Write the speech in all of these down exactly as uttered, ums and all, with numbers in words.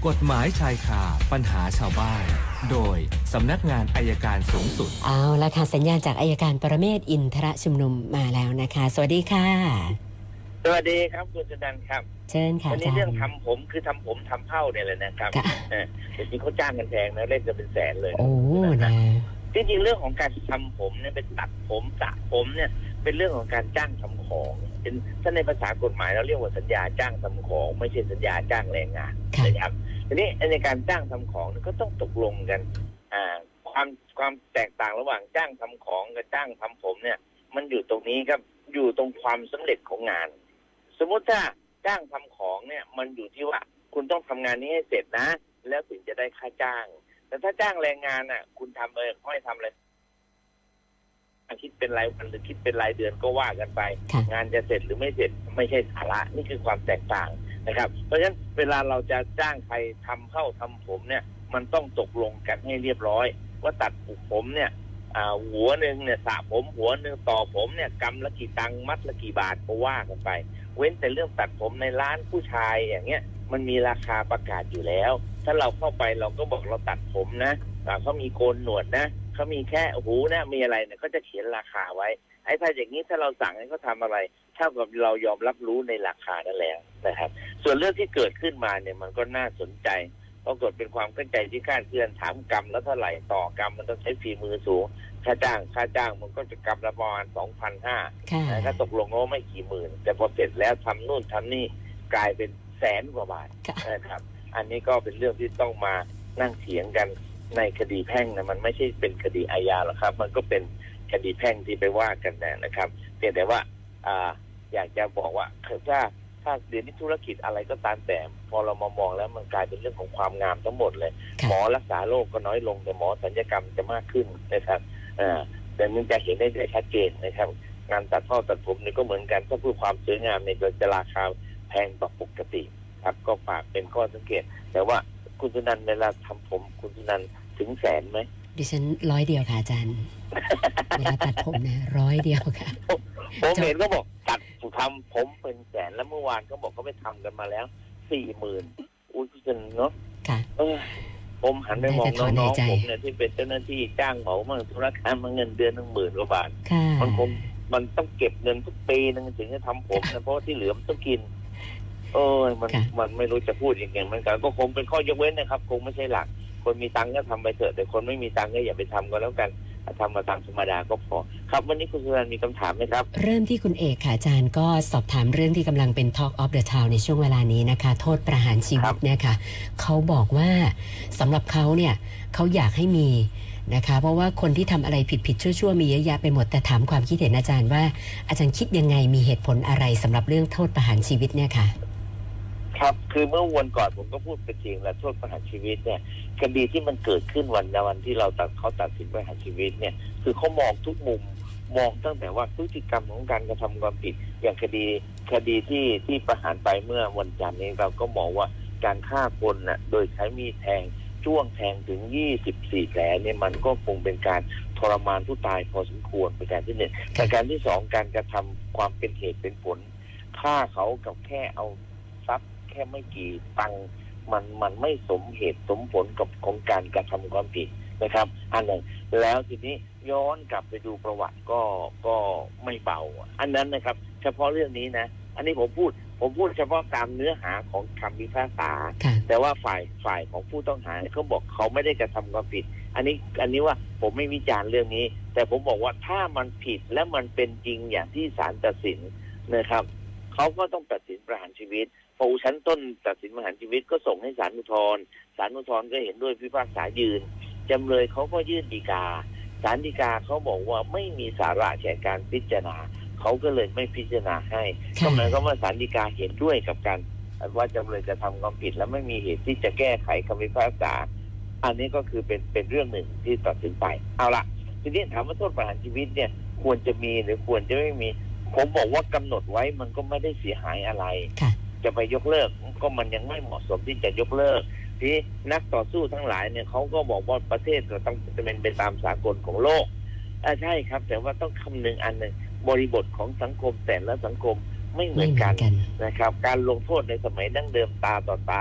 กฎหมายชายคาปัญหาชาวบ้านโดยสำนักงานอัยการสูงสุดเอาละค่ะสัญญาณจากอัยการปรเมศวร์อินทรชุมนุมมาแล้วนะคะสวัสดีค่ะสวัสดีครับคุณสุนันท์ครับเชิญค่ะวันนี้เรื่องทำผมคือทำผมทำเผ้าเนี่ยเลยนะครับจริงๆเขาจ้างกันแพงนะเล่นกันเป็นแสนเลยโอ้นะจริงๆเรื่องของการทำผมเนี่ยเป็นตัดผมสระผมเนี่ยเป็นเรื่องของการจ้างทำของเป็นถ้าในภาษากฎหมายเราเรียกว่าสัญญาจ้างทำของไม่ใช่สัญญาจ้างแรงงานนะครับทีนี้ในการจ้างทำของก็ต้องตกลงกันอ่าความความแตกต่างระหว่างจ้างทำของกับจ้างทำผมเนี่ยมันอยู่ตรงนี้ครับอยู่ตรงความสำเร็จของงานสมมุติถ้าจ้างทำของเนี่ยมันอยู่ที่ว่าคุณต้องทำงานนี้ให้เสร็จนะแล้วถึงจะได้ค่าจ้างแต่ถ้าจ้างแรงงานน่ะคุณทำเออค่อยทำเลยคิดเป็นรายวันหรือคิดเป็นรายเดือนก็ว่ากันไปงานจะเสร็จหรือไม่เสร็จไม่ใช่สาระนี่คือความแตกต่างนะครับเพราะฉะนั้นเวลาเราจะจ้างใครทำเข้าทำผมเนี่ยมันต้องตกลงกันให้เรียบร้อยว่าตัดผมเนี่ยหัวหนึ่งเนี่ยสระผมหัวหนึ่งต่อผมเนี่ยกำละกี่ตังค์มัดละกี่บาทก็ว่ากันไปเว้นแต่เรื่องตัดผมในร้านผู้ชายอย่างเงี้ยมันมีราคาประกาศอยู่แล้วถ้าเราเข้าไปเราก็บอกเราตัดผมนะเขามีโกนหนวดนะเขามีแค่หูนะมีอะไรเนี่ยเขาจะเขียนราคาไว้ไอ้ถ้าอย่างนี้ถ้าเราสั่งให้เขาทำอะไรเท่ากับเรายอมรับรู้ในราคานั่นแหละนะครับส่วนเรื่องที่เกิดขึ้นมาเนี่ยมันก็น่าสนใจปรากฏเป็นความเข้าใจที่คลาดเคลื่อนถามกรรมแล้วเท่าไหร่ต่อกรรมมันต้องใช้ฝีมือสูงค่าจ้างค่าจ้างมันก็จะกรรมละประมาณสองพันห้าถ้าตกลงว่าไม่กี่หมื่นแต่พอเสร็จแล้วทำนู่นทำนี่กลายเป็นแสนกว่าบาทนะครับอันนี้ก็เป็นเรื่องที่ต้องมานั่งเถียงกันในคดีแพ่งนะมันไม่ใช่เป็นคดีอาญาหรอกครับมันก็เป็นคดีแพ่งที่ไปว่ากันนะครับเพียงแต่ว่าอ่าอยากจะบอกว่าถ้าถ้าเดี๋ยวนี้ธุรกิจอะไรก็ตามแต่พอเรามามองแล้วมันกลายเป็นเรื่องของความงามทั้งหมดเลยหมอรักษาโรคก็น้อยลงแต่หมอศัลยกรรมจะมากขึ้นนะครับอ่าแต่มันจะเห็นได้ได้ชัดเจนนะครับงานตัดท่อตัดผมนี่ก็เหมือนกันถ้าเพื่อความสวยงามเนี่ยจะราคาแพงกว่าปกติครับก็ฝากเป็นข้อสังเกตแต่ว่าคุณสุนันท์เวลาทำผมคุณสุนันท์ถึงแสนไหมดิฉันร้อยเดียวค่ะอาจารย์เวลาตัดผมนะร้อยเดียวค่ะผมเห็นก็บอกตัดทำผมเป็นแสนแล้วเมื่อวานก็บอกเขาไปทำกันมาแล้วสี่หมื่นอุ้ยคุณสุนันท์เนาะค่ะผมหันไปมองน้องๆผมเนี่ยที่เป็นเจ้าหน้าที่จ้างเหมามั่งธุรการมาเงินเดือนหนึ่งหมื่นกว่าบาทมันคงมันต้องเก็บเงินทุกปีนึงถึงจะทำผมนะเพราะที่เหลือมันต้องกินเออมันมันไม่รู้จะพูดยังไงเหมือนกันก็คงเป็นข้อยกเว้นนะครับคงไม่ใช่หลักคนมีตังค์ก็ทำไปเถอะแต่คนไม่มีตังค์ก็อย่าไปทำก็แล้วกันทำมาตามธรรมดาก็พอครับวันนี้คุณสุนันท์มีคำถามไหมครับเริ่มที่คุณเอกค่ะอาจารย์ก็สอบถามเรื่องที่กำลังเป็น Talk of the Town ในช่วงเวลานี้นะคะโทษประหารชีวิตเนี่ยค่ะเขาบอกว่าสำหรับเขาเนี่ยเขาอยากให้มีนะคะเพราะว่าคนที่ทำอะไรผิดๆชั่วๆมีเยอะแยะไปหมดแต่ถามความคิดเห็นอาจารย์ว่าอาจารย์คิดยังไงมีเหตุผลอะไรสำหรับเรื่องโทษประหารชีวิตเนี่ยค่ะครับคือเมื่อวันก่อนผมก็พูดไปจริงแล้วโทษประหารชีวิตเนี่ยคดีที่มันเกิดขึ้นวันวันที่เราตัดเขาตัดสินประหารชีวิตเนี่ยคือเขามองทุกมุมมองตั้งแต่ว่าพฤติกรรมของการกระทำความผิดอย่างคดีคดีที่ที่ประหารไปเมื่อวันจันทร์นี้เราก็มองว่าการฆ่าคนน่ะโดยใช้มีดแทงจ้วงแทงถึงยี่สิบสี่แผลเนี่ยมันก็คงเป็นการทรมานผู้ตายพอสมควรเป็นการที่หนึ่งแต่การที่สองการกระทำความเป็นเหตุเป็นผลฆ่าเขากับแค่เอาทรัพย์แค่ไม่กี่ตังค์มันมันไม่สมเหตุสมผลกับของการกระทำความผิดนะครับอันหนึ่งแล้วทีนี้ย้อนกลับไปดูประวัติก็ก็ไม่เบาอันนั้นนะครับเฉพาะเรื่องนี้นะอันนี้ผมพูดผมพูดเฉพาะตามเนื้อหาของคำพิพากษาแต่ว่าฝ่ายฝ่ายของผู้ต้องหาเขาบอกเขาไม่ได้กระทำความผิดอันนี้อันนี้ว่าผมไม่วิจารณ์เรื่องนี้แต่ผมบอกว่าถ้ามันผิดและมันเป็นจริงอย่างที่ศาลตัดสินนะครับเขาก็ต้องตัดสินประหารชีวิตพอชั้นต้นตัดสินประหารชีวิตก็ส่งให้ศาลอุทธรณ์ศาลอุทธรณ์ก็เห็นด้วยพิพากษายืนจำเลยเขาก็ยื่นฎีกาศาลฎีกาเขาบอกว่าไม่มีสาระแก่การพิจารณาเขาก็เลยไม่พิจารณาให้ก็หมายความว่าศาลฎีกาเห็นด้วยกับการว่าจำเลยจะทำความผิดและไม่มีเหตุที่จะแก้ไขคำพิพากษาอันนี้ก็คือเป็นเป็นเรื่องหนึ่งที่ตัดสินไปเอาละทีนี้ถามว่าโทษประหารชีวิตเนี่ยควรจะมีหรือควรจะไม่มีผมบอกว่ากำหนดไว้มันก็ไม่ได้เสียหายอะไรจะไปยกเลิกก็มันยังไม่เหมาะสมที่จะยกเลิกที่นักต่อสู้ทั้งหลายเนี่ยเขาก็บอกว่าประเทศเราต้องเป็นไปตามสากลของโลกอ่าใช่ครับแต่ว่าต้องคำนึงอันหนึ่งบริบทของสังคมแต่ละสังคมไม่เหมือนกันนะครับการลงโทษในสมัยดั้งเดิมตาต่อตา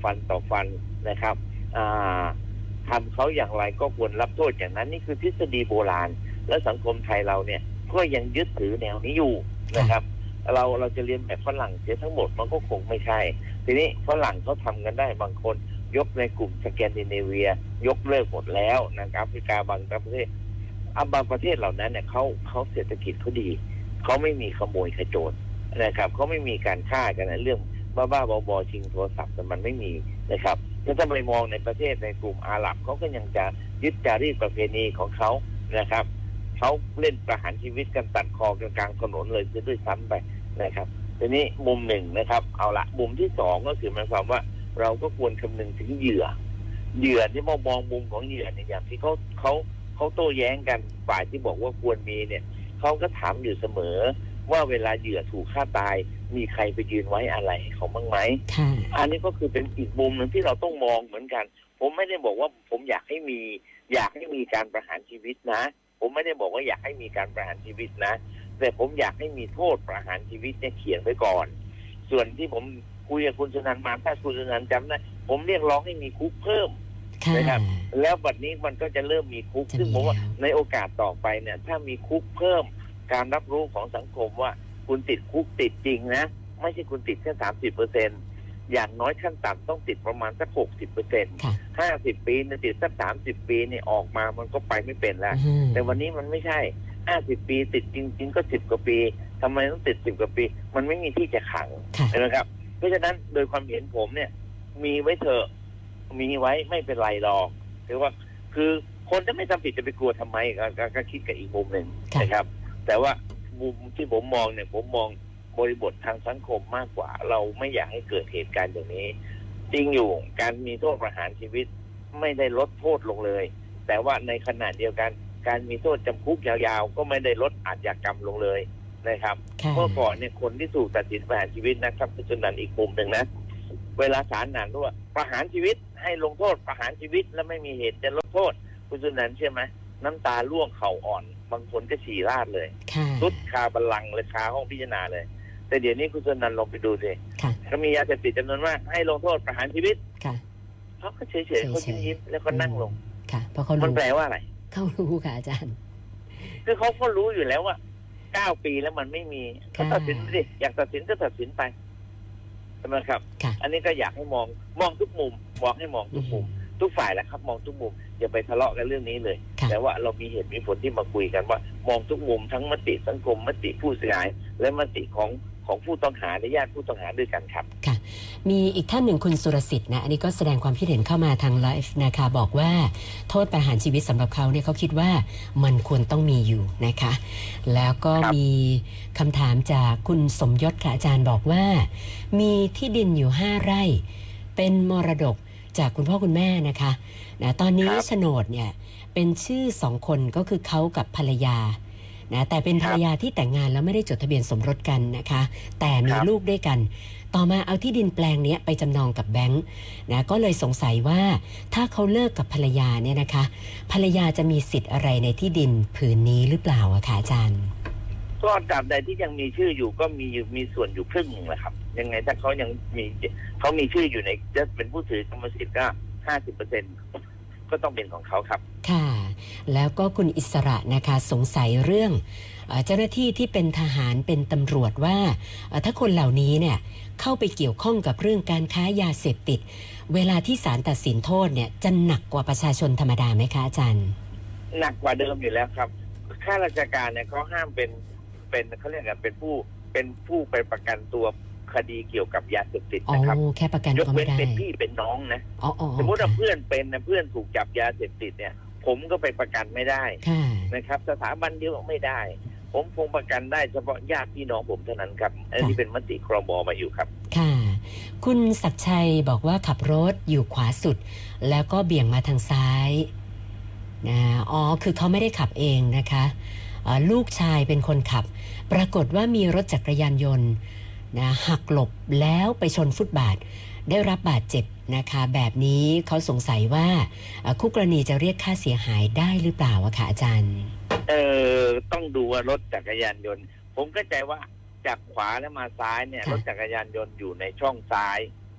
ฟันต่อฟันนะครับทำเขาอย่างไรก็ควรรับโทษอย่างนั้นนี่คือทฤษฎีโบราณและสังคมไทยเราเนี่ยก็ยังยึดถือแนวนี้อยู่นะครับเราเราจะเรียนแบบฝรั่งเสียทั้งหมดมันก็คงไม่ใช่ทีนี้ฝรั่งเขาทำกันได้บางคนยกในกลุ่มสแกนดิเนเวียยกเลิกหมดแล้วนะครับแอฟริกาบางประเทศบางประเทศเหล่านั้นเนี่ยเขาเขาเศรษฐกิจเขาดีเขาไม่มีขโมยขโจรนะครับเขาไม่มีการฆ่ากันในเรื่องบ้าๆบอๆชิงโทรศัพท์แต่มันไม่มีนะครับถ้าไปมองในประเทศในกลุ่มอาหรับเขาก็ยังจะยึดจารีตประเพณีของเขานะครับเขาเล่นประหารชีวิตกันตัดคอกันกลางถนนเลยจะด้วยซ้ำไปนะครับทีนี้มุมหนึ่งนะครับเอาละมุมที่สองก็คือหมายความว่าเราก็ควรคำนึงถึงเหยื่อเหยื่อที่มองมองมุมของเหยื่อในอย่างที่เขาเขาเขาโต้แย้งกันฝ่ายที่บอกว่าควรมีเนี่ยเขาก็ถามอยู่เสมอว่าเวลาเหยื่อถูกฆ่าตายมีใครไปยืนไว้อะไรให้เขาบ้างไหมอันนี้ก็คือเป็นอีกมุมหนึ่งที่เราต้องมองเหมือนกันผมไม่ได้บอกว่าผมอยากให้มีอยากให้มีการประหารชีวิตนะผมไม่ได้บอกว่าอยากให้มีการประหารชีวิตนะแต่ผมอยากให้มีโทษประหารชีวิตเนี่ยเขียนไว้ก่อนส่วนที่ผมคุยกับคุณสุนันท์มาถ้าคุณสุนันท์จำได้ผมเรียกร้องให้มีคุกเพิ่มนะครับแล้วบัดนี้มันก็จะเริ่มมีคุกซึ่งผมว่าในโอกาสต่อไปเนี่ยถ้ามีคุกเพิ่มการรับรู้ของสังคมว่าคุณติดคุกติดจริงนะไม่ใช่คุณติดแค่สามสิบเปอร์เซ็นต์อย่างน้อยขั้นต่ำต้องติดประมาณสักหกสิบเปอร์เซ็นต์ห้าสิบปีเนี่ยติดสักสามสิบปีเนี่ยออกมามันก็ไปไม่เป็นแล้วแต่วันนี้มันไม่ใช่ห้าสิบปีติดจริงๆก็สิบกว่าปีทำไมต้องติดสิบกว่าปีมันไม่มีที่จะขังนะครับเพราะฉะนั้นโดยความเห็นผมเนี่ยมีไว้เถอะมีไว้ไม่เป็นไรหรอกคือว่าคือคนจะไม่ทำผิดจะไปกลัวทำไมก็คิดกับอีกมุมหนึ่งนะครับแต่ว่ามุมที่ผมมองเนี่ยผมมองบริบททางสังคมมากกว่าเราไม่อยากให้เกิดเหตุการณ์อย่างนี้จริงอยู่การมีโทษประหารชีวิตไม่ได้ลดโทษลงเลยแต่ว่าในขณะเดียวกันการมีโทษจำคุกยาวๆก็ไม่ได้ลดอาชญากรรมลงเลยนะครับเมื่อก่อนเนี่ยคนที่ถูกตัดสินประหารชีวิตนะครับจนนั้นอีกมุมหนึ่งนะเวลาศาลอ่านว่าประหารชีวิตให้ลงโทษประหารชีวิตแล้วไม่มีเหตุจะลดโทษคุณสุนันท์เชื่อไหมน้ำตาร่วงเข่าอ่อนบางคนก็ฉี่ราดเลยทุดคาบัลลังก์เลยคาห้องพิจารณาเลยแต่เดี๋ยวนี้คุณสุนันท์ลองไปดูสิเขามียาเสพติดจำนวนมากให้ลงโทษประหารชีวิตเขาก็เฉยๆเขายิ้มๆแล้วก็นั่งลงเพราะเขารู้มันแปลว่าอะไรเขารู้ค่ะอาจารย์คือเขาก็รู้อยู่แล้วว่าเก้าปีแล้วมันไม่มีเขาตัดสินสิอยากตัดสินก็ตัดสินไปใช่ไหมครับอันนี้ก็อยากให้มองมองทุกมุมมองให้มองทุกมุมทุกฝ่ายแหละครับมองทุกมุมอย่าไปทะเลาะกันเรื่องนี้เลยแต่ว่าเรามีเหตุมีผลที่มาคุยกันว่ามองทุกมุมทั้งมติสังคมมติผู้เสียหายและมติของของผู้ต้องหาและญาติผู้ต้องหาด้วยกันครับค่ะมีอีกท่านหนึ่งคุณสุรสิทธิ์นะอันนี้ก็แสดงความคิดเห็นเข้ามาทางไลฟ์นะคะบอกว่าโทษประหารชีวิตสำหรับเขาเนี่ยเขาคิดว่ามันควรต้องมีอยู่นะคะแล้วก็มีคำถามจากคุณสมยศค่ะอาจารย์บอกว่ามีที่ดินอยู่ห้าไร่เป็นมรดกจากคุณพ่อคุณแม่นะคะนะตอนนี้โฉนดเนี่ยเป็นชื่อสองคนก็คือเขากับภรรยานะแต่เป็นภรรยาที่แต่งงานแล้วไม่ได้จดทะเบียนสมรสกันนะคะแต่มีลูกด้วยกันต่อมาเอาที่ดินแปลงนี้ไปจำนองกับแบงค์นะก็เลยสงสัยว่าถ้าเขาเลิกกับภรรยาเนี่ยนะคะภรรยาจะมีสิทธิ์อะไรในที่ดินผืนนี้หรือเปล่าอะคะอาจารย์ก็ตราบใดที่ยังมีชื่ออยู่ก็มีมีส่วนอยู่ครึ่งนึงแหละครับยังไงถ้าเขายังมีเขามีชื่ออยู่ในจะเป็นผู้ถือกรรมสิทธิ์ก็ห้าสิบเปอร์เซ็นต์ก็ต้องเป็นของเขาครับค่ะแล้วก็คุณอิสระนะคะสงสัยเรื่องเจ้าหน้าที่ที่เป็นทหารเป็นตำรวจว่าถ้าคนเหล่านี้เนี่ยเข้าไปเกี่ยวข้องกับเรื่องการค้ายาเสพติดเวลาที่ศาลตัดสินโทษเนี่ยจะหนักกว่าประชาชนธรรมดาไหมคะอาจารย์หนักกว่าเดิมอยู่แล้วครับข้าราชการเนี่ยเขาห้ามเป็นเป็นเขาเรียกกันเป็นผู้เป็นผู้ไปประกันตัวคดีเกี่ยวกับยาเสพติดนะครับแค่ประกันยกเว้นเป็นพี่เป็นน้องนะสมมติว่าเพื่อนเป็นนะเพื่อนถูกจับยาเสพติดเนี่ยผมก็ไปประกันไม่ได้นะครับสถาบันเดียวไม่ได้ผมคงประกันได้เฉพาะญาติพี่น้องผมเท่านั้นครับอันนี้เป็นมติครม.มาอยู่ครับค่ะคุณศักดิ์ชัยบอกว่าขับรถอยู่ขวาสุดแล้วก็เบี่ยงมาทางซ้ายนะอ๋อคือเขาไม่ได้ขับเองนะคะลูกชายเป็นคนขับปรากฏว่ามีรถจักรยานยนต์นะหักหลบแล้วไปชนฟุตบาทได้รับบาดเจ็บนะคะแบบนี้เขาสงสัยว่าคู่กรณีจะเรียกค่าเสียหายได้หรือเปล่าอะคะอาจารย์เออต้องดูว่ารถจักรยานยนต์ผมเข้าใจว่าจากขวาแล้วมาซ้ายเนี่ยรถจักรยานยนต์อยู่ในช่องซ้าย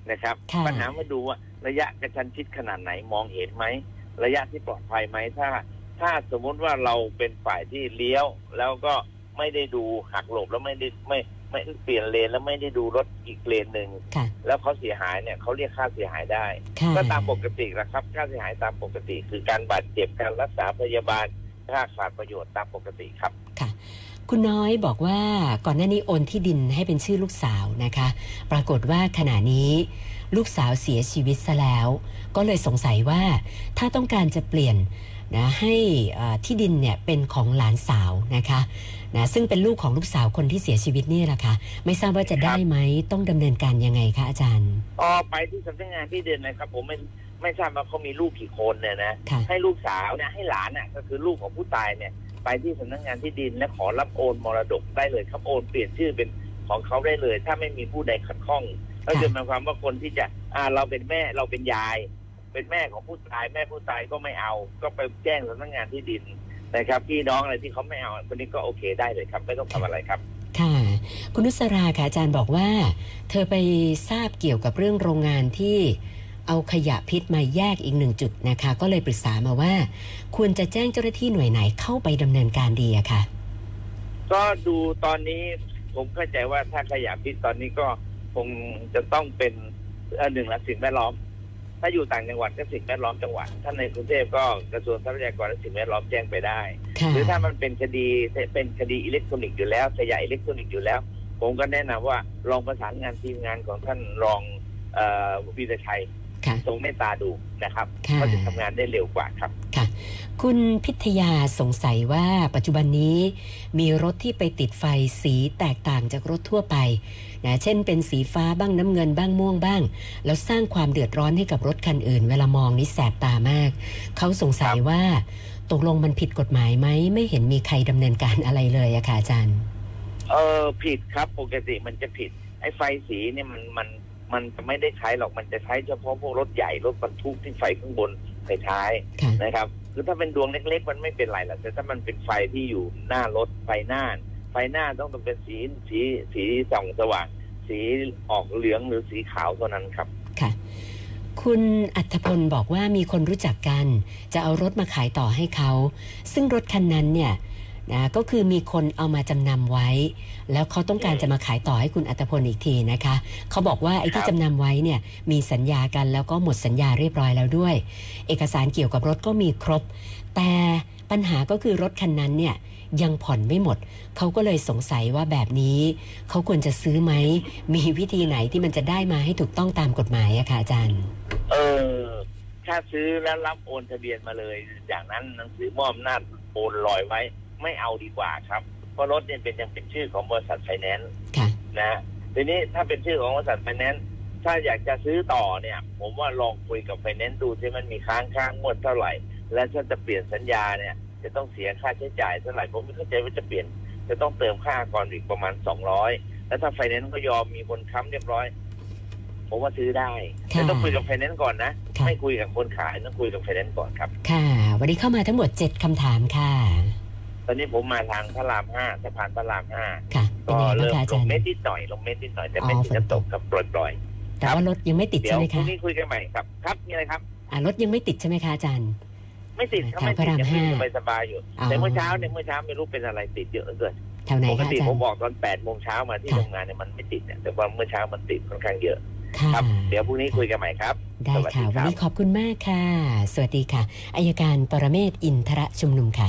นะครับปัญหามาดูว่าระยะกระชั้นชิดขนาดไหนมองเห็นไหมระยะที่ปลอดภัยไหมถ้าถ้าสมมติว่าเราเป็นฝ่ายที่เลี้ยวแล้วก็ไม่ได้ดูหักหลบแล้วไม่ได้ไม่ไม่เปลี่ยนเลนแล้วไม่ได้ดูรถอีกเลนหนึ่งแล้วเขาเสียหายเนี่ยเขาเรียกค่าเสียหายได้ก็ตามปกตินะครับค่าเสียหายตามปกติคือการบาดเจ็บการรักษาพยาบาลค่าขาดประโยชน์ตามปกติครับค่ะคุณน้อยบอกว่าก่อนหน้านี้โอนที่ดินให้เป็นชื่อลูกสาวนะคะปรากฏว่าขณะนี้ลูกสาวเสียชีวิตซะแล้วก็เลยสงสัยว่าถ้าต้องการจะเปลี่ยนนะให้ที่ดินเนี่ยเป็นของหลานสาวนะคะนะซึ่งเป็นลูกของลูกสาวคนที่เสียชีวิตนี่แหละค่ะไม่ทราบว่าจะได้ไหมต้องดำเนินการยังไงคะอาจารย์อ๋อไปที่สำนักงานที่ดินนะครับผมไม่ไม่ทราบว่าเขามีลูกกี่คนเนี่ยนะให้ลูกสาวเนี่ยให้หลานน่ะก็คือลูกของผู้ตายเนี่ยไปที่สำนักงานที่ดินและขอรับโอนมรดกได้เลยครับโอนเปลี่ยนชื่อเป็นของเขาได้เลยถ้าไม่มีผู้ใดขัดข้องก็คือหมายความว่าคนที่จะอ่าเราเป็นแม่เราเป็นยายเป็นแม่ของผู้ตายแม่ผู้ตายก็ไม่เอาก็ไปแจ้งสำนักงานที่ดินนะครับพี่น้องอะไรที่เขาไม่เอาคนนี้ก็โอเคได้เลยครับไม่ต้องทำอะไรครับค่ะคุณนุสราค่ะอาจารย์บอกว่าเธอไปทราบเกี่ยวกับเรื่องโรงงานที่เอาขยะพิษมาแยกอีกหนึ่งจุดนะคะก็เลยปรึกษามาว่าควรจะแจ้งเจ้าหน้าที่หน่วยไหนเข้าไปดำเนินการดีอะค่ะก็ดูตอนนี้ผมเข้าใจว่าถ้าขยะพิษตอนนี้ก็คงจะต้องเป็นอันหนึ่งละสิ่งแวดล้อมถ้าอยู่ต่างจังหวัดก็สิ่งแวดล้อมจังหวัดถ้าในกรุงเทพก็กระทรวงทรัพยากรและสิ่งแวดล้อมแจ้งไปได้หรือถ้ามันเป็นคดีเป็นคดีอิเล็กทรอนิกส์อยู่แล้วขยะอิเล็กทรอนิกส์อยู่แล้วผมก็แนะนำว่าลองประสานงานทีมงานของท่านรองวีรชัยทรงเมตตาดูนะครับเขาจะทำงานได้เร็วกว่าครับค่ะคุณพิทยาสงสัยว่าปัจจุบันนี้มีรถที่ไปติดไฟสีแตกต่างจากรถทั่วไปนะเช่นเป็นสีฟ้าบ้างน้ำเงินบ้างม่วงบ้างแล้วสร้างความเดือดร้อนให้กับรถคันอื่นเวลามองนี่แสบตามากเขาสงสัยว่าตกลงมันผิดกฎหมายไหมไม่เห็นมีใครดำเนินการอะไรเลยอะค่ะอาจารย์เออผิดครับปกติมันจะผิดไอ้ไฟสีเนี่ยมันมันมันจะไม่ได้ใช้หรอกมันจะใช้เฉพาะพวกรถใหญ่รถบรรทุกที่ไฟข้างบนไฟท้ายนะครับคือถ้าเป็นดวงเล็กๆมันไม่เป็นไรหรอกแต่ถ้ามันเป็นไฟที่อยู่หน้ารถไฟหน้าไฟหน้าต้องเป็นสีสีสีส่องสว่างสีออกเหลืองหรือสีขาวเท่านั้นครับค่ะคุณอัธพลบอกว่ามีคนรู้จักกันจะเอารถมาขายต่อให้เขาซึ่งรถคันนั้นเนี่ยนะก็คือมีคนเอามาจำนำไว้แล้วเขาต้องการจะมาขายต่อให้คุณอัตพลอีกทีนะคะเขาบอกว่าไอ้ที่จำนำไว้เนี่ยมีสัญญากันแล้วก็หมดสัญญาเรียบร้อยแล้วด้วยเอกสารเกี่ยวกับรถก็มีครบแต่ปัญหาก็คือรถคันนั้นเนี่ยยังผ่อนไม่หมดเขาก็เลยสงสัยว่าแบบนี้เขาควรจะซื้อไหมมีวิธีไหนที่มันจะได้มาให้ถูกต้องตามกฎหมายอะค่ะอาจารย์เออถ้าซื้อแล้วรับโอนทะเบียนมาเลยอย่างนั้นหนังสือมอบอำนาจโอนลอยไว้ไม่เอาดีกว่าครับเพราะรถเนี่ยเป็นยังเป็นชื่อของบริษัทไฟแนนซ์นะทีนี้ถ้าเป็นชื่อของบริษัทไฟแนนซ์ถ้าอยากจะซื้อต่อเนี่ยผมว่าลองคุยกับไฟแนนซ์ดูที่มันมีค้างค้างงวดเท่าไหร่และถ้าจะเปลี่ยนสัญญาเนี่ยจะต้องเสียค่าใช้จ่ายเท่าไหร่ผมไม่เข้าใจว่าจะเปลี่ยนจะต้องเติมค่าก่อนอีกประมาณสองร้อยแล้วถ้าไฟแนนซ์ก็ยอมมีคนค้ำเรียบร้อยผมว่าซื้อได้แต่ต้องคุยกับไฟแนนซ์ก่อนนะไม่คุยกับคนขายต้องคุยกับไฟแนนซ์ก่อนครับค่ะวันนี้เข้ามาทั้งหมดเจ็ดคำถามค่ะตอนนี้ผมมาทางพระรามห้าสะพานพระรามห้าก็เริ่มลงเม็ดนิดหน่อยลงเม็ดนิดหน่อยแต่ไม่ถึงจะตกกับปล่อยๆแต่ว่ารถยังไม่ติดใช่ไหมคะเดี๋ยวพรุ่งนี้คุยกันใหม่ครับครับมีอะไรครับอ่ารถยังไม่ติดใช่ไหมคะอาจารย์ไม่ติดเขาไม่ติดยังไม่สบายอยู่แต่เมื่อเช้าเนี่ยเมื่อเช้าไม่รู้เป็นอะไรติดเยอะเกินแถวไหนคะอาจารย์ปกติผมบอกตอนแปดโมงเช้ามาที่ทำงานเนี่ยมันไม่ติดเนี่ยแต่ว่าเมื่อเช้ามันติดค่อนข้างเยอะครับเดี๋ยวพรุ่งนี้คุยกันใหม่ครับได้ค่ะวันนี้ขอบคุณมากค่ะสวัสดีค่ะอัยการปรเมศวร์อินทรชุมนุมค่ะ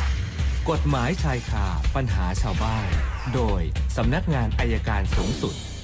กฎหมายชายคาปัญหาชาวบ้านโดยสำนักงานอัยการสูงสุด